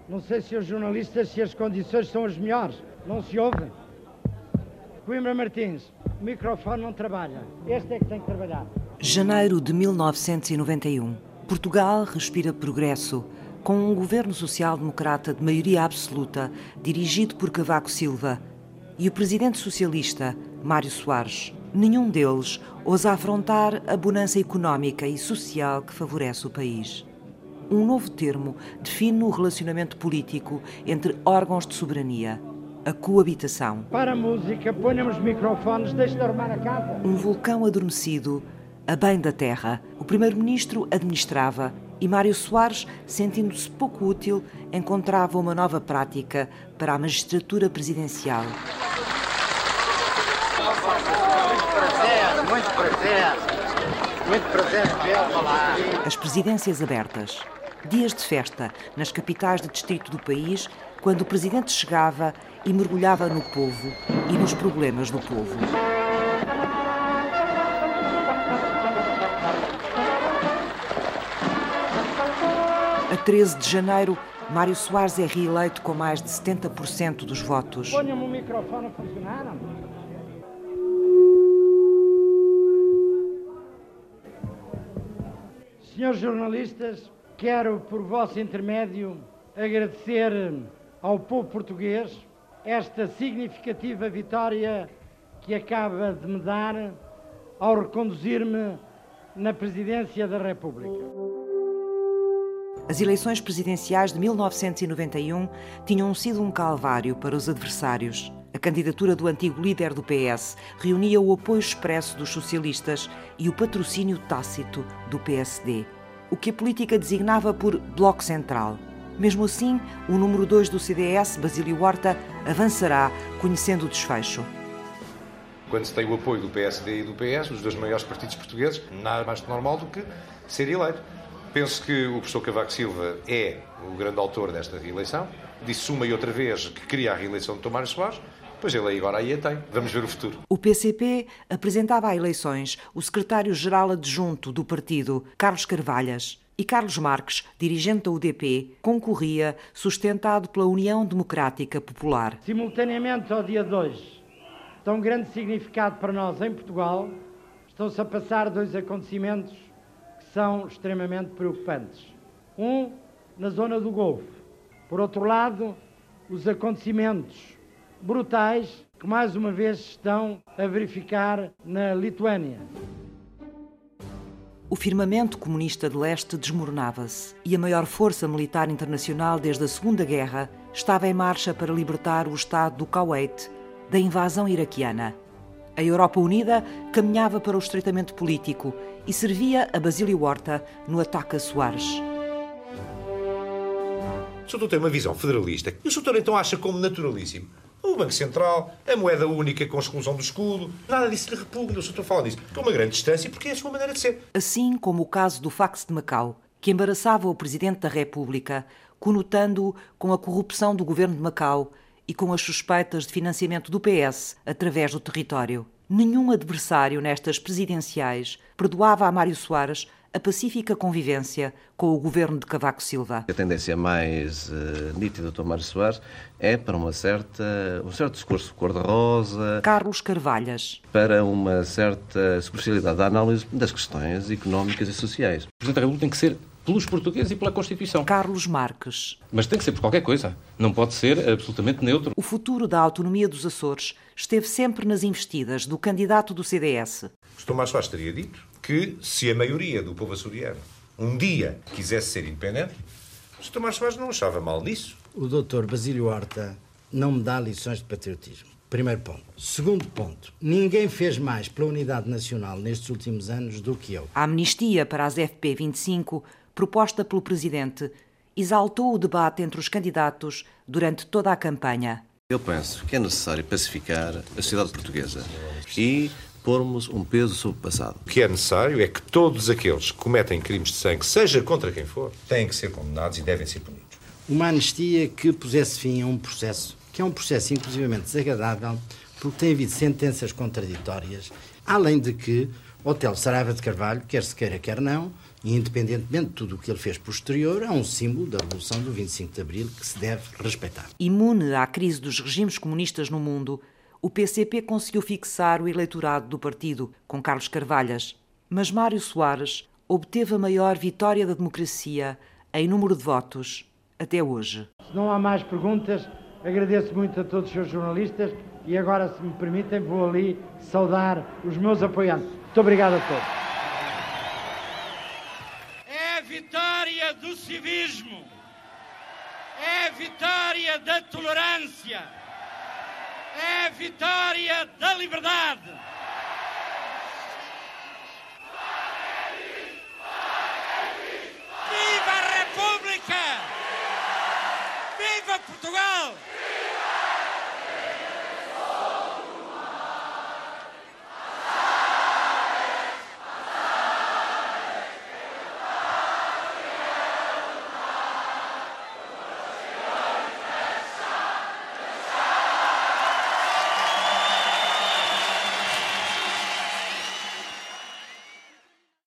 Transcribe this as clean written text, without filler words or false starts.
Não sei, senhores jornalistas, se as condições são as melhores. Não se ouve? Coimbra Martins, o microfone não trabalha. Este é que tem que trabalhar. Janeiro de 1991. Portugal respira progresso, com um governo social-democrata de maioria absoluta, dirigido por Cavaco Silva, e o presidente socialista, Mário Soares. Nenhum deles ousa afrontar a bonança económica e social que favorece o país. Um novo termo define o relacionamento político entre órgãos de soberania: a coabitação. Para a música, ponham os microfones, deixe de arrumar a casa. Um vulcão adormecido, a bem da terra. O primeiro-ministro administrava e Mário Soares, sentindo-se pouco útil, encontrava uma nova prática para a magistratura presidencial. Muito prazer vê-lo falar. As presidências abertas. Dias de festa nas capitais de distrito do país, quando o presidente chegava e mergulhava no povo e nos problemas do povo. A 13 de janeiro, Mário Soares é reeleito com mais de 70% dos votos. Ponha-me o microfone a funcionar. Senhores jornalistas, quero, por vosso intermédio, agradecer ao povo português esta significativa vitória que acaba de me dar ao reconduzir-me na presidência da República. As eleições presidenciais de 1991 tinham sido um calvário para os adversários. A candidatura do antigo líder do PS reunia o apoio expresso dos socialistas e o patrocínio tácito do PSD, o que a política designava por Bloco Central. Mesmo assim, o número 2 do CDS, Basílio Horta, avançará, conhecendo o desfecho. Quando se tem o apoio do PSD e do PS, os dois maiores partidos portugueses, nada mais normal do que ser eleito. Penso que o professor Cavaco Silva é o grande autor desta reeleição. Disse uma e outra vez que queria a reeleição de Mário Soares. Pois ele agora aí a tem. Vamos ver o futuro. O PCP apresentava a eleições o secretário-geral adjunto do partido, Carlos Carvalhas, e Carlos Marques, dirigente da UDP, concorria sustentado pela União Democrática Popular. Simultaneamente ao dia de hoje, tão grande significado para nós em Portugal, estão-se a passar dois acontecimentos que são extremamente preocupantes. Um, na zona do Golfo. Por outro lado, os acontecimentos brutais que mais uma vez estão a verificar na Lituânia. O firmamento comunista de leste desmoronava-se e a maior força militar internacional desde a Segunda Guerra estava em marcha para libertar o Estado do Kuwait da invasão iraquiana. A Europa Unida caminhava para o estreitamento político e servia a Basílio Horta no ataque a Soares. O Sr. tem uma visão federalista e o Sr. então acha como naturalíssimo o Banco Central, a moeda única com exclusão do escudo, nada disso lhe repugna. O Sr. fala disso com uma grande distância porque é a sua maneira de ser. Assim como o caso do fax de Macau, que embaraçava o Presidente da República, conotando-o com a corrupção do governo de Macau e com as suspeitas de financiamento do PS através do território. Nenhum adversário nestas presidenciais perdoava a Mário Soares a pacífica convivência com o governo de Cavaco Silva. A tendência mais nítida do Dr. Mário Soares é para um certo discurso cor-de-rosa. Carlos Carvalhas. Para uma certa superficialidade da análise das questões económicas e sociais. O Presidente da República tem que ser pelos portugueses e pela Constituição. Carlos Marques. Mas tem que ser por qualquer coisa. Não pode ser absolutamente neutro. O futuro da autonomia dos Açores esteve sempre nas investidas do candidato do CDS. O Dr. Mário Soares teria dito que se a maioria do povo açoriano um dia quisesse ser independente, o Dr. Mário Soares não achava mal nisso. O Dr. Basílio Horta não me dá lições de patriotismo. Primeiro ponto. Segundo ponto. Ninguém fez mais pela unidade nacional nestes últimos anos do que eu. A amnistia para as FP25, proposta pelo Presidente, exaltou o debate entre os candidatos durante toda a campanha. Eu penso que é necessário pacificar a sociedade portuguesa e pormos um peso sobre o passado. O que é necessário é que todos aqueles que cometem crimes de sangue, seja contra quem for, têm que ser condenados e devem ser punidos. Uma anistia que pusesse fim a um processo, que é um processo inclusivamente desagradável, porque tem havido sentenças contraditórias, além de que Otelo Saraiva de Carvalho, quer se queira, quer não, E, independentemente de tudo o que ele fez posterior, é um símbolo da Revolução do 25 de Abril que se deve respeitar. Imune à crise dos regimes comunistas no mundo, o PCP conseguiu fixar o eleitorado do partido, com Carlos Carvalhas. Mas Mário Soares obteve a maior vitória da democracia em número de votos até hoje. Se não há mais perguntas, agradeço muito a todos os seus jornalistas e agora, se me permitem, vou ali saudar os meus apoiantes. Muito obrigado a todos. É a vitória do civismo, é a vitória da tolerância, é a vitória da liberdade. Viva a República! Viva Portugal!